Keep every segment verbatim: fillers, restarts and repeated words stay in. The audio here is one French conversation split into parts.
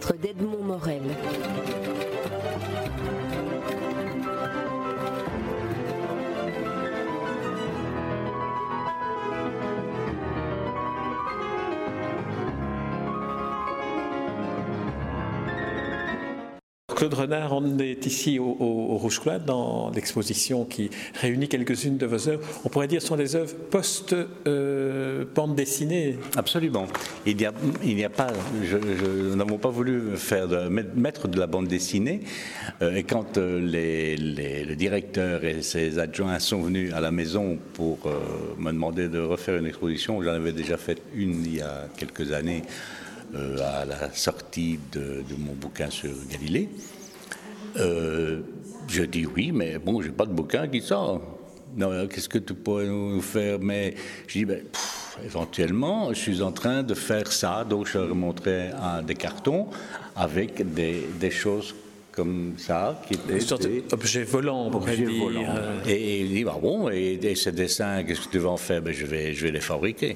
peintre d'Edmond Morel. Claude Renard, on est ici au, au, au Rouge Cloître dans l'exposition qui réunit quelques-unes de vos œuvres. On pourrait dire que ce sont des œuvres post-bande euh, dessinée. Absolument. Il n'y a, il n'y a pas, je, je, nous n'avons pas voulu faire de, mettre de la bande dessinée. Euh, et quand euh, les, les, le directeur et ses adjoints sont venus à la maison pour euh, me demander de refaire une exposition, j'en avais déjà fait une il y a quelques années. Euh, à la sortie de, de mon bouquin sur Galilée. Euh, je dis oui, mais bon, j'ai pas de bouquin qui sort. Non, qu'est-ce que tu pourrais nous faire? Mais je dis, ben, pff, éventuellement, je suis en train de faire ça, donc je leur montrais un, des cartons avec des, des choses comme ça, qui étaient des objets volants, on pourrait dire. Volants. Et, et il dit, bah bon, et, et ces dessins, qu'est-ce que tu vas en faire? Ben, je vais, je vais les fabriquer.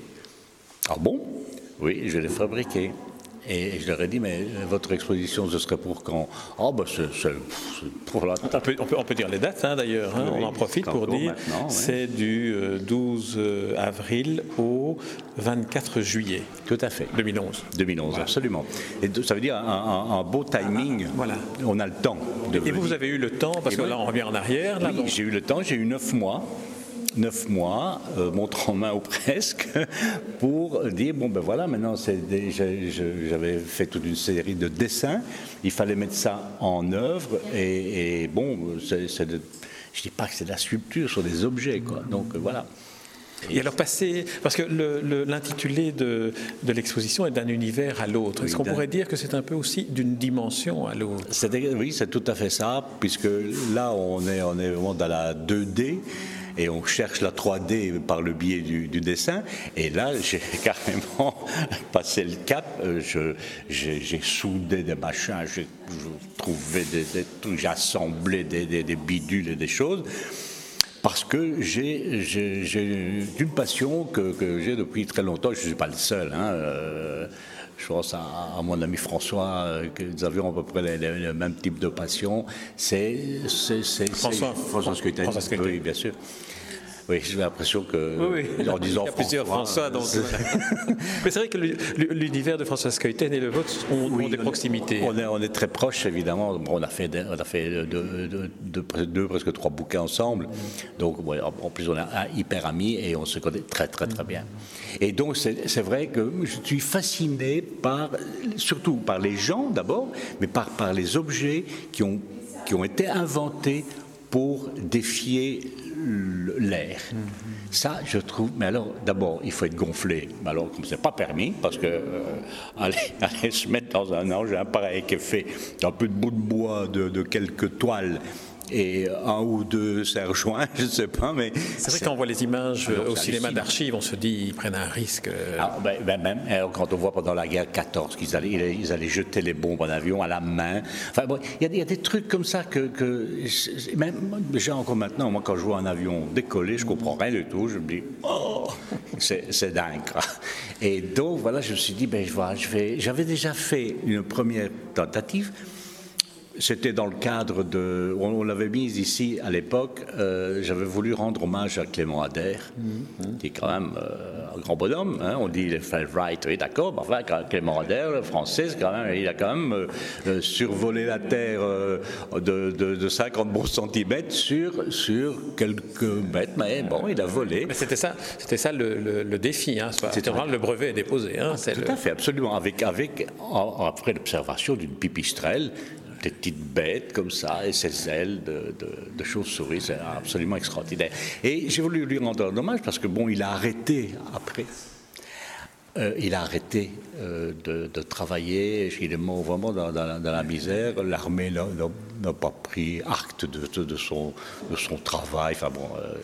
Ah bon? Oui, je l'ai fabriqué. Et je leur ai dit, mais votre exposition, ce serait pour quand? Ah, ben, c'est, c'est pour la... On peut, on, peut, on peut dire les dates, hein, d'ailleurs. Hein, oui, on en profite pour dire. Oui. C'est du douze avril au vingt-quatre juillet. Tout à fait. deux mille onze. deux mille onze, voilà. Absolument. Et ça veut dire un, un, un beau timing. Voilà. On a le temps. De et venir. Vous, vous avez eu le temps, parce et que moi, là, on revient en arrière. Là, oui, donc... j'ai eu le temps, j'ai eu neuf mois. neuf mois, euh, montre en main ou presque, pour dire, bon ben voilà, maintenant c'est des, j'avais fait toute une série de dessins, il fallait mettre ça en œuvre, et, et bon, c'est, c'est de, je ne dis pas que c'est de la sculpture sur des objets, quoi, donc euh, voilà. Et alors passer, parce que le, le, l'intitulé de, de l'exposition est d'un univers à l'autre. Est-ce oui, qu'on d'un... pourrait dire que c'est un peu aussi d'une dimension à l'autre? c'est, Oui, c'est tout à fait ça, puisque là on est, on est vraiment dans la deux D, et on cherche la trois D par le biais du, du dessin. Et là, j'ai carrément passé le cap. Je, j'ai, j'ai soudé des machins, j'ai, j'ai trouvé des, des trucs, j'ai assemblé des, des, des bidules et des choses. Parce que j'ai, j'ai, j'ai une passion que, que j'ai depuis très longtemps. Je ne suis pas le seul. Hein. Euh, je pense à, à mon ami François, euh, que nous avions à peu près le, le, le même type de passion. C'est, c'est, c'est, François, c'est François Scoïten. Oui, bien sûr. Oui, j'ai l'impression que, oui, oui. en disant il y a plusieurs François, donc. C'est... Mais c'est vrai que l'univers de François Scoïten et le vôtre ont, oui, ont des on proximités. On est, on est très proches, évidemment. On a fait, on a fait deux, deux, deux, deux, presque trois bouquins ensemble. Donc, ouais, en plus, on est hyper amis et on se connaît très, très, très bien. Et donc, c'est, c'est vrai que je suis fasciné par, surtout par les gens d'abord, mais par, par les objets qui ont, qui ont été inventés pour défier l'air. Mm-hmm. Ça, je trouve, mais alors, d'abord, il faut être gonflé. Mais alors, comme c'est pas permis, parce que, euh, aller, aller se mettre dans un engin pareil qui est fait d'un peu de bout de bois, de, de quelques toiles, et un ou deux serre-joints, je ne sais pas, mais... C'est vrai, c'est... quand on voit les images alors, au cinéma d'archives, on se dit, ils prennent un risque. Ah, ben, ben, même, alors, quand on voit pendant la guerre quatorze qu'ils allaient, ils allaient jeter les bombes en avion à la main. Enfin, bon, il y, y a des trucs comme ça que... que même, déjà encore maintenant, moi, quand je vois un avion décoller, je ne comprends rien du tout, je me dis, oh, c'est, c'est dingue, quoi. Et donc, voilà, je me suis dit, ben, je vois, je vais... J'avais déjà fait une première tentative. C'était dans le cadre de... On, on l'avait mise ici à l'époque. Euh, j'avais voulu rendre hommage à Clément Ader, mmh. qui est quand même euh, un grand bonhomme. Hein, on dit il fait right, oui d'accord. Mais enfin, Clément Ader, le français, c'est quand même, il a quand même euh, survolé la Terre euh, de, de, de cinquante bons centimètres sur, sur quelques mètres. Mais bon, il a volé. Mais c'était ça, c'était ça le, le, le défi. Hein, soit, c'était vraiment le brevet est déposé. Hein, ah, c'est tout le... à fait, absolument. Avec, avec, en, après l'observation d'une pipistrelle, des petites bêtes comme ça, et ses ailes de, de, de chauve-souris, c'est absolument extraordinaire. Et j'ai voulu lui rendre un hommage parce que, bon, il a arrêté après. Euh, il a arrêté euh, de, de travailler, il est mort vraiment dans, dans, dans la misère. L'armée n'a, n'a, n'a pas pris acte de, de, de, son, de son travail. Enfin bon. Euh,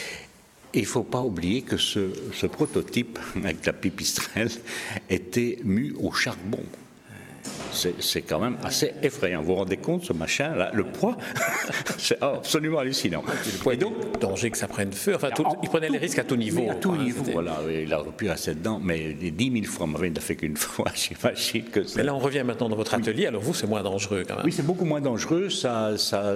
Et il ne faut pas oublier que ce, ce prototype, avec la pipistrelle, était mu au charbon. c'est, c'est quand même assez effrayant. Vous vous rendez compte, ce machin-là, le poids, c'est absolument hallucinant. Le poids et donc, le danger que ça prenne feu. Enfin, tout, il prenait les risques à tout niveau. À tout hein, niveau, c'était... voilà. Il aurait pu rester dedans, mais dix mille fois, mais il n'a fait qu'une fois, j'imagine que c'est... Mais là, on revient maintenant dans votre atelier. Alors vous, c'est moins dangereux quand même. Oui, c'est beaucoup moins dangereux, ça, ça,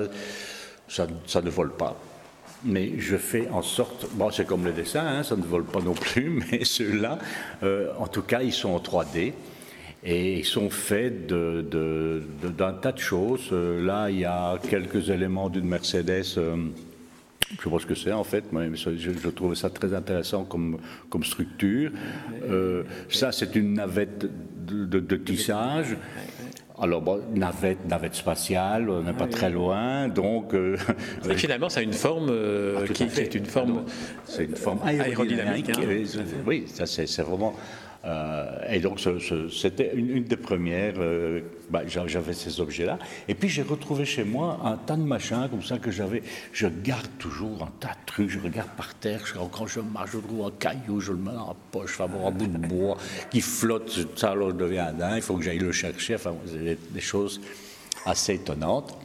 ça, ça ne vole pas. Mais je fais en sorte, bon c'est comme le dessin, hein, ça ne vole pas non plus, mais ceux-là, euh, en tout cas, ils sont en trois D et ils sont faits de, de, de, d'un tas de choses. Euh, là, il y a quelques éléments d'une Mercedes, euh, je ne sais pas ce que c'est en fait, mais je, je trouve ça très intéressant comme, comme structure. Euh, ça, c'est une navette de, de, de tissage. Alors, bon, navette, navette spatiale, on n'est pas très loin, donc... Euh, et finalement, ça a une forme euh, ah, qui, qui est une forme... C'est une forme aérodynamique. aérodynamique hein. Oui, ça c'est, c'est vraiment... Euh, et donc, ce, ce, c'était une, une des premières... Euh, bah, j'avais ces objets-là. Et puis, j'ai retrouvé chez moi un tas de machins comme ça que j'avais... Je garde toujours un tas de trucs, je regarde par terre, je, quand je marche, je trouve un caillou, je le mets dans la poche, enfin, bon, un bout de bois qui flotte, ça, alors je deviens dingue, il faut que j'aille le chercher, enfin, c'est des, des choses assez étonnantes.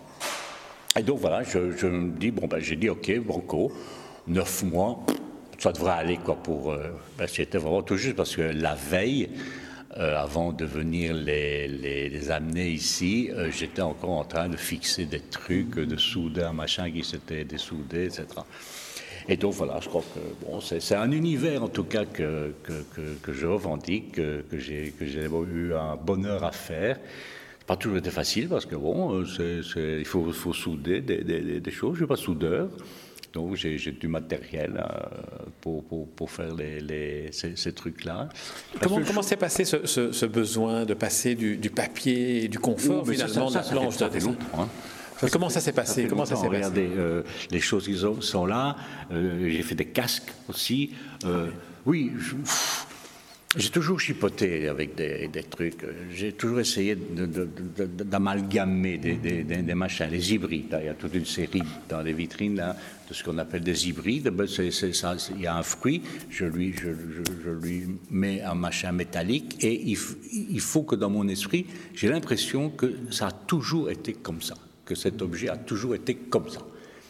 Et donc, voilà, je, je me dis, bon, ben, j'ai dit, OK, banco, neuf mois... ça devrait aller quoi pour. Euh, ben, c'était vraiment tout juste parce que la veille, euh, avant de venir les, les, les amener ici, euh, j'étais encore en train de fixer des trucs, de souder un machin qui s'était dessoudé, et cetera. Et donc voilà, je crois que bon, c'est, c'est un univers en tout cas que, que, que, que je revendique, que, que, j'ai, que j'ai eu un bonheur à faire. C'est pas toujours été facile parce que bon, c'est, c'est, il faut, faut souder des, des, des choses. Je ne suis pas soudeur. Donc j'ai, j'ai du matériel euh, pour, pour, pour faire les, les, ces, ces trucs-là. Comment, comment s'est passé ce, ce, ce besoin de passer du, du papier et du confort oui, finalement ça, ça, de la planche ça, de ça dessin hein. Ça, comment ça s'est passé ça Comment ça s'est passé Regardez, euh, les choses qui sont, sont là. Euh, j'ai fait des casques aussi. Euh, oui, je, pff, j'ai toujours chipoté avec des, des trucs. J'ai toujours essayé de, de, de, d'amalgamer des, des, des, des machins, les hybrides. Il y a toute une série dans les vitrines là, de ce qu'on appelle des hybrides. Ben, c'est, c'est ça, c'est, il y a un fruit, je lui, je, je, je lui mets un machin métallique et il, il faut que dans mon esprit, j'ai l'impression que ça a toujours été comme ça, que cet objet a toujours été comme ça.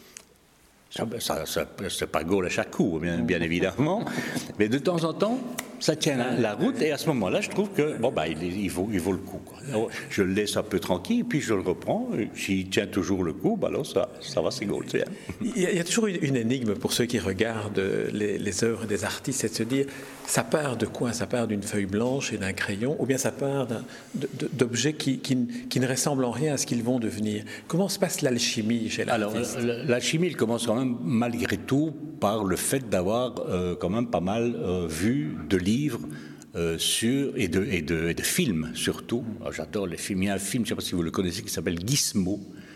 Ça, ça, ça, c'est pas Gaulle à chaque coup, bien, bien évidemment, mais de temps en temps, ça tient la, la route, et à ce moment-là, je trouve que bon, bah, il, il, vaut, il vaut le coup, quoi. Alors, je le laisse un peu tranquille, puis je le reprends, et s'il tient toujours le coup, bah, alors ça, ça va, c'est Gaulle. C'est il, y a, il y a toujours une, une énigme pour ceux qui regardent les, les œuvres des artistes, c'est de se dire, ça part de quoi? Ça part d'une feuille blanche et d'un crayon, ou bien ça part d'un, de, de, d'objets qui, qui, qui ne ressemblent en rien à ce qu'ils vont devenir. Comment se passe l'alchimie chez l'artiste? Alors, l'alchimie, elle commence quand même, malgré tout, par le fait d'avoir euh, quand même pas mal euh, vu de livres euh, sur, et, de, et, de, et de films surtout. Alors, j'adore les films. Il y a un film, je ne sais pas si vous le connaissez, qui s'appelle Gizmo.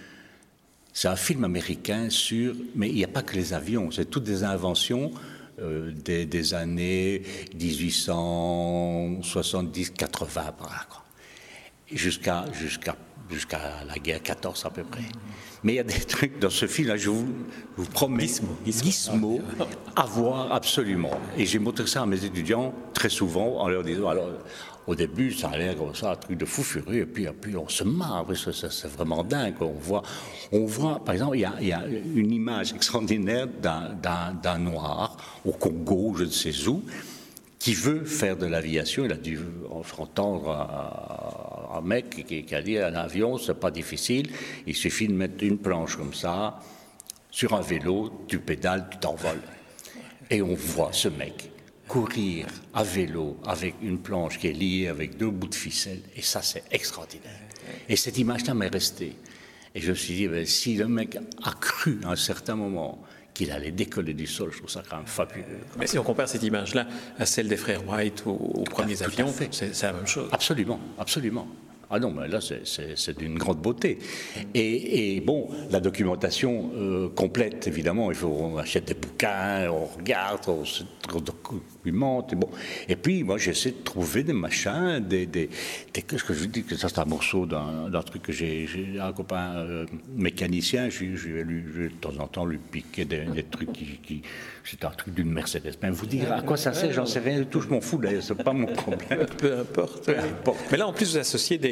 C'est un film américain sur... Mais il n'y a pas que les avions, c'est toutes des inventions euh, des, des années dix-huit cent soixante-dix quatre-vingts, par là, quoi. Jusqu'à, jusqu'à, jusqu'à la guerre quatorze à peu près. Mais il y a des trucs dans ce film-là, je vous, je vous promets, Gizmo, Gizmo, à voir absolument. Et j'ai montré ça à mes étudiants très souvent en leur disant, alors au début ça a l'air comme ça, un truc de fou furieux, et puis, et puis on se marre, ça, ça, c'est vraiment dingue. On voit, on voit par exemple, il y a, il y a une image extraordinaire d'un, d'un, d'un noir au Congo, je ne sais où, qui veut faire de l'aviation. Il a dû entendre un, un mec qui, qui a dit un avion, c'est pas difficile, il suffit de mettre une planche comme ça, sur un vélo, tu pédales, tu t'envoles. Et on voit ce mec courir à vélo avec une planche qui est liée avec deux bouts de ficelle, et ça c'est extraordinaire. Et cette image-là m'est restée. Et je me suis dit, ben, si le mec a cru à un certain moment qu'il allait décoller du sol, je trouve ça quand même fabuleux. Mais si on compare cette image-là à celle des frères Wright aux, aux premiers avions, c'est, c'est la même chose. Absolument, absolument. Ah non, mais là, c'est, c'est, c'est d'une grande beauté. Et, et bon, la documentation euh, complète, évidemment, il faut, on achète des bouquins, on regarde, on se documente. Et, bon. Et puis, moi, j'essaie de trouver des machins, des... des, des qu'est-ce que je dis que ça, c'est un morceau d'un, d'un truc que j'ai... J'ai un copain euh, mécanicien, je, je vais lui, je vais de temps en temps lui piquer des, des trucs qui... qui c'est un truc d'une Mercedes. Mais vous dire à quoi ça sert, j'en sais rien du tout, je m'en fous d'ailleurs, c'est pas mon problème. Peu importe. Peu importe. Mais là, en plus, vous associez des,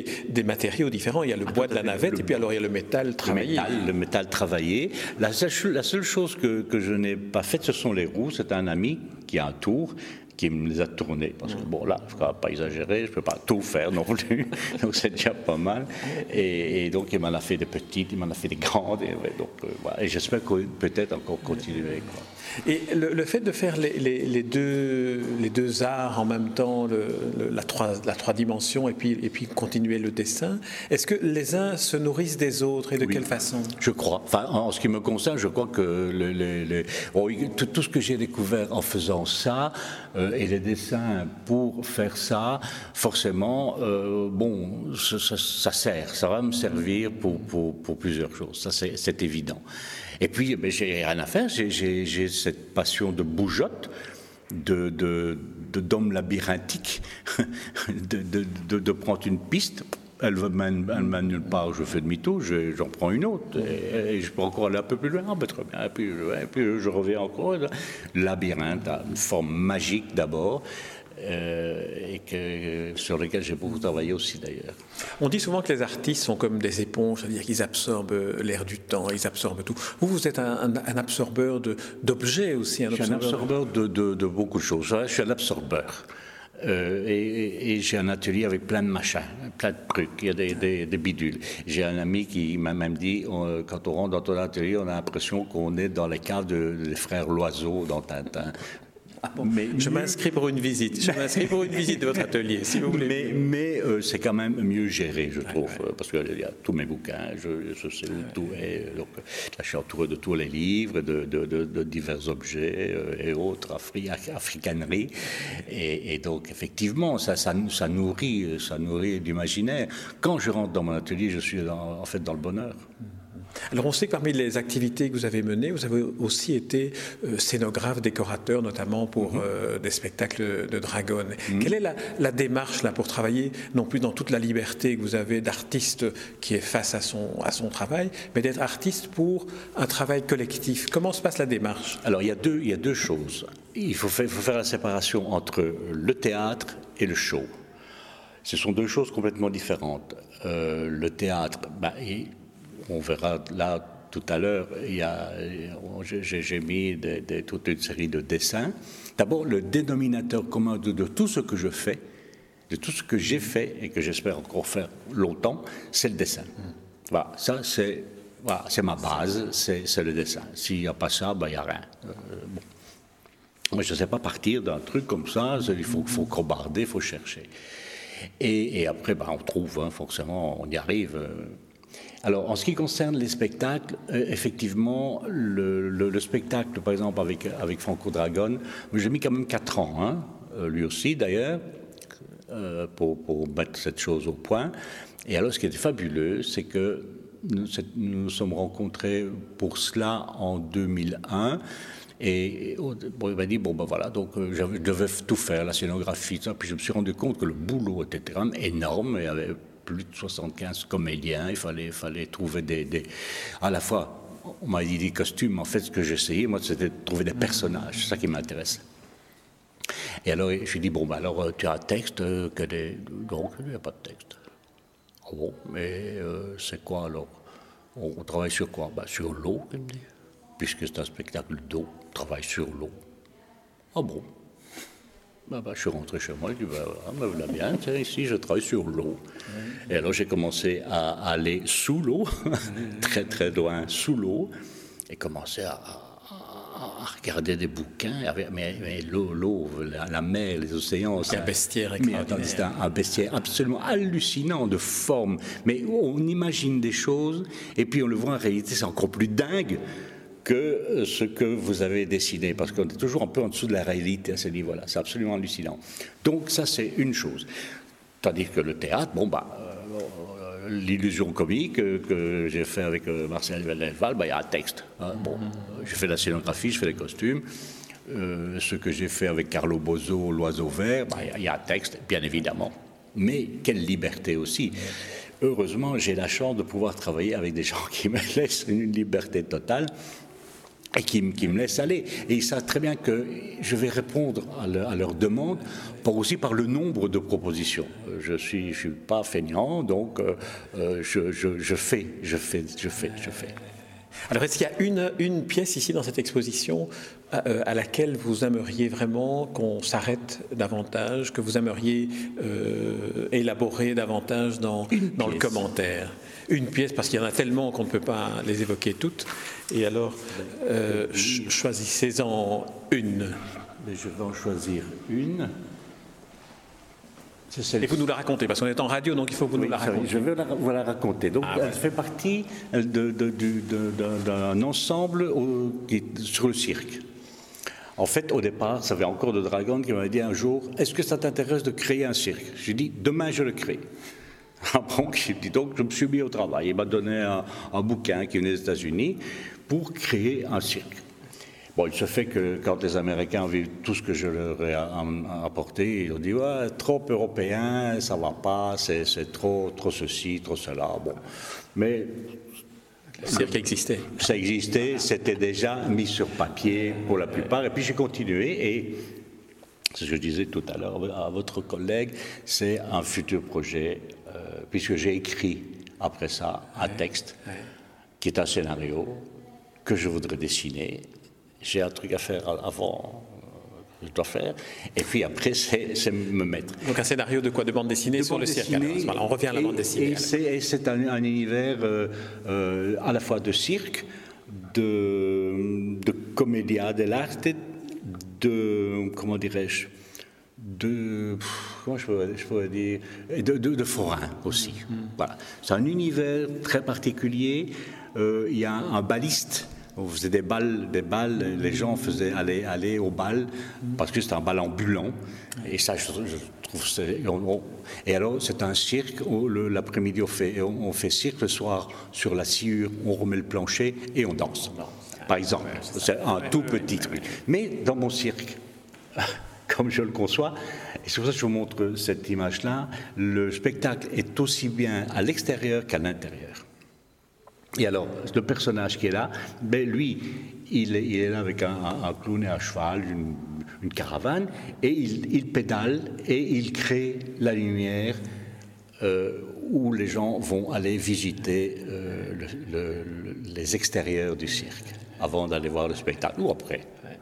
des, des matériaux différents. Il y a le bois de la navette, le, et puis alors il y a le métal travaillé. Le métal, le métal travaillé. La seule, la seule chose que, que je n'ai pas faite, ce sont les roues. C'est un ami qui a un tour, qui me les a tournées. Parce que bon, là, je ne peux pas exagérer, je ne peux pas tout faire non plus. Donc c'est déjà pas mal. Et, et donc il m'en a fait des petites, il m'en a fait des grandes. Et, donc, euh, voilà. Et j'espère peut-être encore continuer, quoi. Et le, le fait de faire les, les, les, deux, les deux arts en même temps, le, le, la, trois, la trois dimensions, et puis, et puis continuer le dessin, est-ce que les uns se nourrissent des autres, et de oui, quelle façon? Je crois. Enfin, en ce qui me concerne, je crois que le, le, le, bon, tout, tout ce que j'ai découvert en faisant ça, euh, et les dessins pour faire ça, forcément, euh, bon, ça, ça, ça sert, ça va me servir pour, pour, pour plusieurs choses, ça c'est, c'est évident. Et puis, ben, j'ai rien à faire, j'ai, j'ai, j'ai cette passion de bougeotte, de, de, de, d'homme labyrinthique, de, de, de, de prendre une piste, elle ne mène nulle part, je fais demi-tour, je, j'en prends une autre, et, et je peux encore aller un peu plus loin, ah, ben, très bien, et puis, et puis je reviens encore. Le labyrinthe a une forme magique d'abord, Euh, et que, sur lesquels j'ai beaucoup travaillé aussi d'ailleurs. On dit souvent que les artistes sont comme des éponges, c'est-à-dire qu'ils absorbent l'air du temps, ils absorbent tout. Vous, vous êtes un, un, un absorbeur de, d'objets aussi. Un je suis absorbeur un absorbeur de, de, de beaucoup de choses. Je suis un absorbeur. Euh, et, et j'ai un atelier avec plein de machins, plein de trucs, il y a des, des, des bidules. J'ai un ami qui m'a même dit, on, quand on rentre dans ton atelier, on a l'impression qu'on est dans les caves de, des frères Loiseau dans Tintin. Ah bon, mais, je m'inscris pour une visite. Je m'inscris pour une visite de votre atelier, si vous voulez. Mais, mais euh, c'est quand même mieux géré, je trouve, ouais, ouais. Parce qu'il y a tous mes bouquins, je, je sais où tout est. Donc, là, je suis entouré de tous les livres, de, de, de, de divers objets euh, et autres, afri, africaneries. Et, et donc, effectivement, ça, ça, ça nourrit, ça nourrit l'imaginaire. Quand je rentre dans mon atelier, je suis dans, en fait dans le bonheur. Alors on sait que parmi les activités que vous avez menées, vous avez aussi été euh, scénographe, décorateur, notamment pour euh, des spectacles de Dragon. Mmh. Quelle est la, la démarche là pour travailler, non plus dans toute la liberté que vous avez d'artiste qui est face à son, à son travail, mais d'être artiste pour un travail collectif? Comment se passe la démarche? Alors il y a deux, il y a deux choses. Il faut faire, faut faire la séparation entre le théâtre et le show. Ce sont deux choses complètement différentes. Euh, le théâtre, bah, il, on verra là tout à l'heure, il y a, j'ai, j'ai mis des, des, toute une série de dessins. D'abord, le dénominateur commun de, de tout ce que je fais, de tout ce que j'ai fait et que j'espère encore faire longtemps, c'est le dessin. Voilà, ça c'est, voilà, c'est ma base, c'est, c'est le dessin. S'il n'y a pas ça, ben, il n'y a rien. Euh, bon. Moi, je ne sais pas partir d'un truc comme ça, il faut, faut combarder, il faut chercher. Et, et après, ben, on trouve, hein, forcément, on y arrive. Alors, en ce qui concerne les spectacles, euh, effectivement, le, le, le spectacle, par exemple, avec, avec Franco Dragon, j'ai mis quand même quatre ans, hein, lui aussi d'ailleurs, euh, pour, pour mettre cette chose au point. Et alors, ce qui était fabuleux, c'est que nous nous, nous sommes rencontrés pour cela en deux mille un. Et bon, il m'a dit, bon ben voilà, donc euh, je devais tout faire, la scénographie, ça. Puis je me suis rendu compte que le boulot était quand même énorme, il y avait plus de soixante-quinze comédiens, il fallait, fallait trouver des, des... À la fois, on m'a dit des costumes, en fait ce que j'essayais, moi, c'était de trouver des personnages, c'est ça qui m'intéresse. Et alors, je lui ai dit, bon ben alors, tu as un texte, euh, que des... Donc, il n'y a pas de texte. Oh bon, mais euh, c'est quoi alors? On, on travaille sur quoi? Ben, sur l'eau, il me dit. Puisque c'est un spectacle d'eau, on travaille sur l'eau. Ah bon? Ben, ben, je suis rentré chez moi, je dis, ben, ben, voilà bien, tiens, ici je travaille sur l'eau. Mmh. Et alors j'ai commencé à aller sous l'eau, mmh. très très loin sous l'eau, et commencer à, à, à regarder des bouquins, mais, mais l'eau, l'eau la, la mer, les océans... C'est un bestiaire extraordinaire. C'est un, un bestiaire absolument hallucinant de forme, mais on imagine des choses, et puis on le voit en réalité, c'est encore plus dingue que ce que vous avez dessiné, parce qu'on est toujours un peu en dessous de la réalité à ce niveau-là. C'est absolument hallucinant. Donc ça, c'est une chose. Tandis que le théâtre, bon, bah, euh, l'illusion comique que, que j'ai fait avec euh, Marcel Velleval, bah, il y a un texte. Hein. Bon, j'ai fait la scénographie, je fais les costumes. Euh, ce que j'ai fait avec Carlo Bozo, L'Oiseau Vert, bah, il y a un texte, bien évidemment. Mais quelle liberté aussi. Heureusement, j'ai la chance de pouvoir travailler avec des gens qui me laissent une liberté totale. et qui, qui me laissent aller. Et ils savent très bien que je vais répondre à, leur, à leurs demandes, par aussi par le nombre de propositions. Je suis, je suis pas feignant, donc euh, je, je, je fais, je fais, je fais, je fais. Alors, est-ce qu'il y a une, une pièce ici dans cette exposition à, à laquelle vous aimeriez vraiment qu'on s'arrête davantage, que vous aimeriez euh, élaborer davantage dans, dans le commentaire? Une pièce, parce qu'il y en a tellement qu'on ne peut pas les évoquer toutes. Et alors, euh, ch- choisissez-en une. Mais je vais en choisir une. Et vous nous la racontez, parce qu'on est en radio, donc il faut que vous oui, nous la racontiez. Je vais la, vous la raconter. Donc, ah, elle ouais. fait partie de, de, de, de, d'un ensemble au, qui, sur le cirque. En fait, au départ, ça avait encore de Dragon qui m'avait dit un jour, est-ce que ça t'intéresse de créer un cirque? J'ai dit, demain je le crée. Donc, je me suis mis au travail. Il m'a donné un, un bouquin qui venait des États-Unis pour créer un cirque. Bon, il se fait que quand les Américains ont vu tout ce que je leur ai apporté, ils ont dit ouais, trop européen, ça va pas, c'est, c'est trop, trop ceci, trop cela. Bon, mais le cirque existait. Ça existait, c'était déjà mis sur papier pour la plupart. Et puis j'ai continué et c'est ce que je disais tout à l'heure à votre collègue, c'est un futur projet, euh, puisque j'ai écrit après ça un texte ouais, ouais. qui est un scénario que je voudrais dessiner. J'ai un truc à faire avant, je dois faire, et puis après, c'est, c'est me mettre. Donc un scénario de quoi? De bande dessinée de sur bande le cirque. Alors, voilà, on revient à la et, bande dessinée. Et c'est, et c'est un, un univers euh, euh, à la fois de cirque, de, de commedia dell'arte, de, comment dirais-je, de, comment je pourrais, je pourrais dire, de, de, de forain aussi. Mmh. Voilà. C'est un univers très particulier. Euh, il y a un, un balliste. On faisait des balles, des balles, les gens faisaient aller, aller au bal parce que c'est un bal ambulant. Et ça, je, je trouve. C'est, on, on, et alors, c'est un cirque où le, l'après-midi, on fait, on fait cirque. Le soir, sur la sciure, on remet le plancher et on danse. Par exemple, c'est un tout petit truc. Mais dans mon cirque, comme je le conçois, et c'est pour ça que je vous montre cette image-là, le spectacle est aussi bien à l'extérieur qu'à l'intérieur. Et alors, le personnage qui est là, ben lui, il est, il est là avec un, un, un clown et un cheval, une, une caravane, et il, il pédale et il crée la lumière euh, où les gens vont aller visiter euh, le, le, les extérieurs du cirque, avant d'aller voir le spectacle, ou après.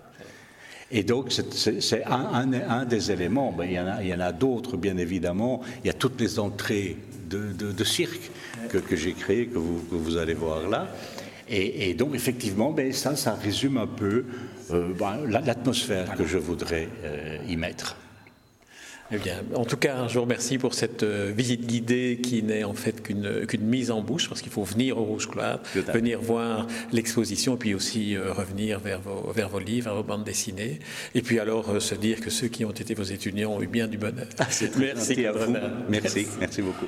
Et donc, c'est, c'est, c'est un, un, un des éléments. Ben, il y en a, il y en a d'autres, bien évidemment. Il y a toutes les entrées de, de, de cirque que, que j'ai créées, que vous, que vous allez voir là. Et, et donc, effectivement, ben, ça, ça résume un peu euh, ben, l'atmosphère que je voudrais euh, y mettre. Eh bien, en tout cas, je vous remercie pour cette visite guidée qui n'est en fait qu'une, qu'une mise en bouche, parce qu'il faut venir au Rouge Cloître, venir voir l'exposition, puis aussi euh, revenir vers vos, vers vos livres, vers vos bandes dessinées, et puis alors euh, se dire que ceux qui ont été vos étudiants ont eu bien du bonheur. Ah, c'est merci à vous. Merci, merci beaucoup.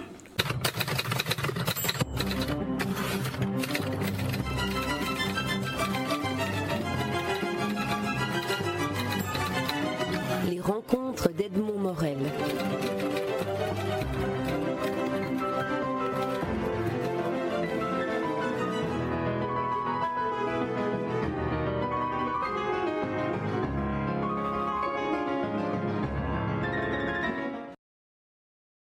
Les rencontres d'Edmond Morel.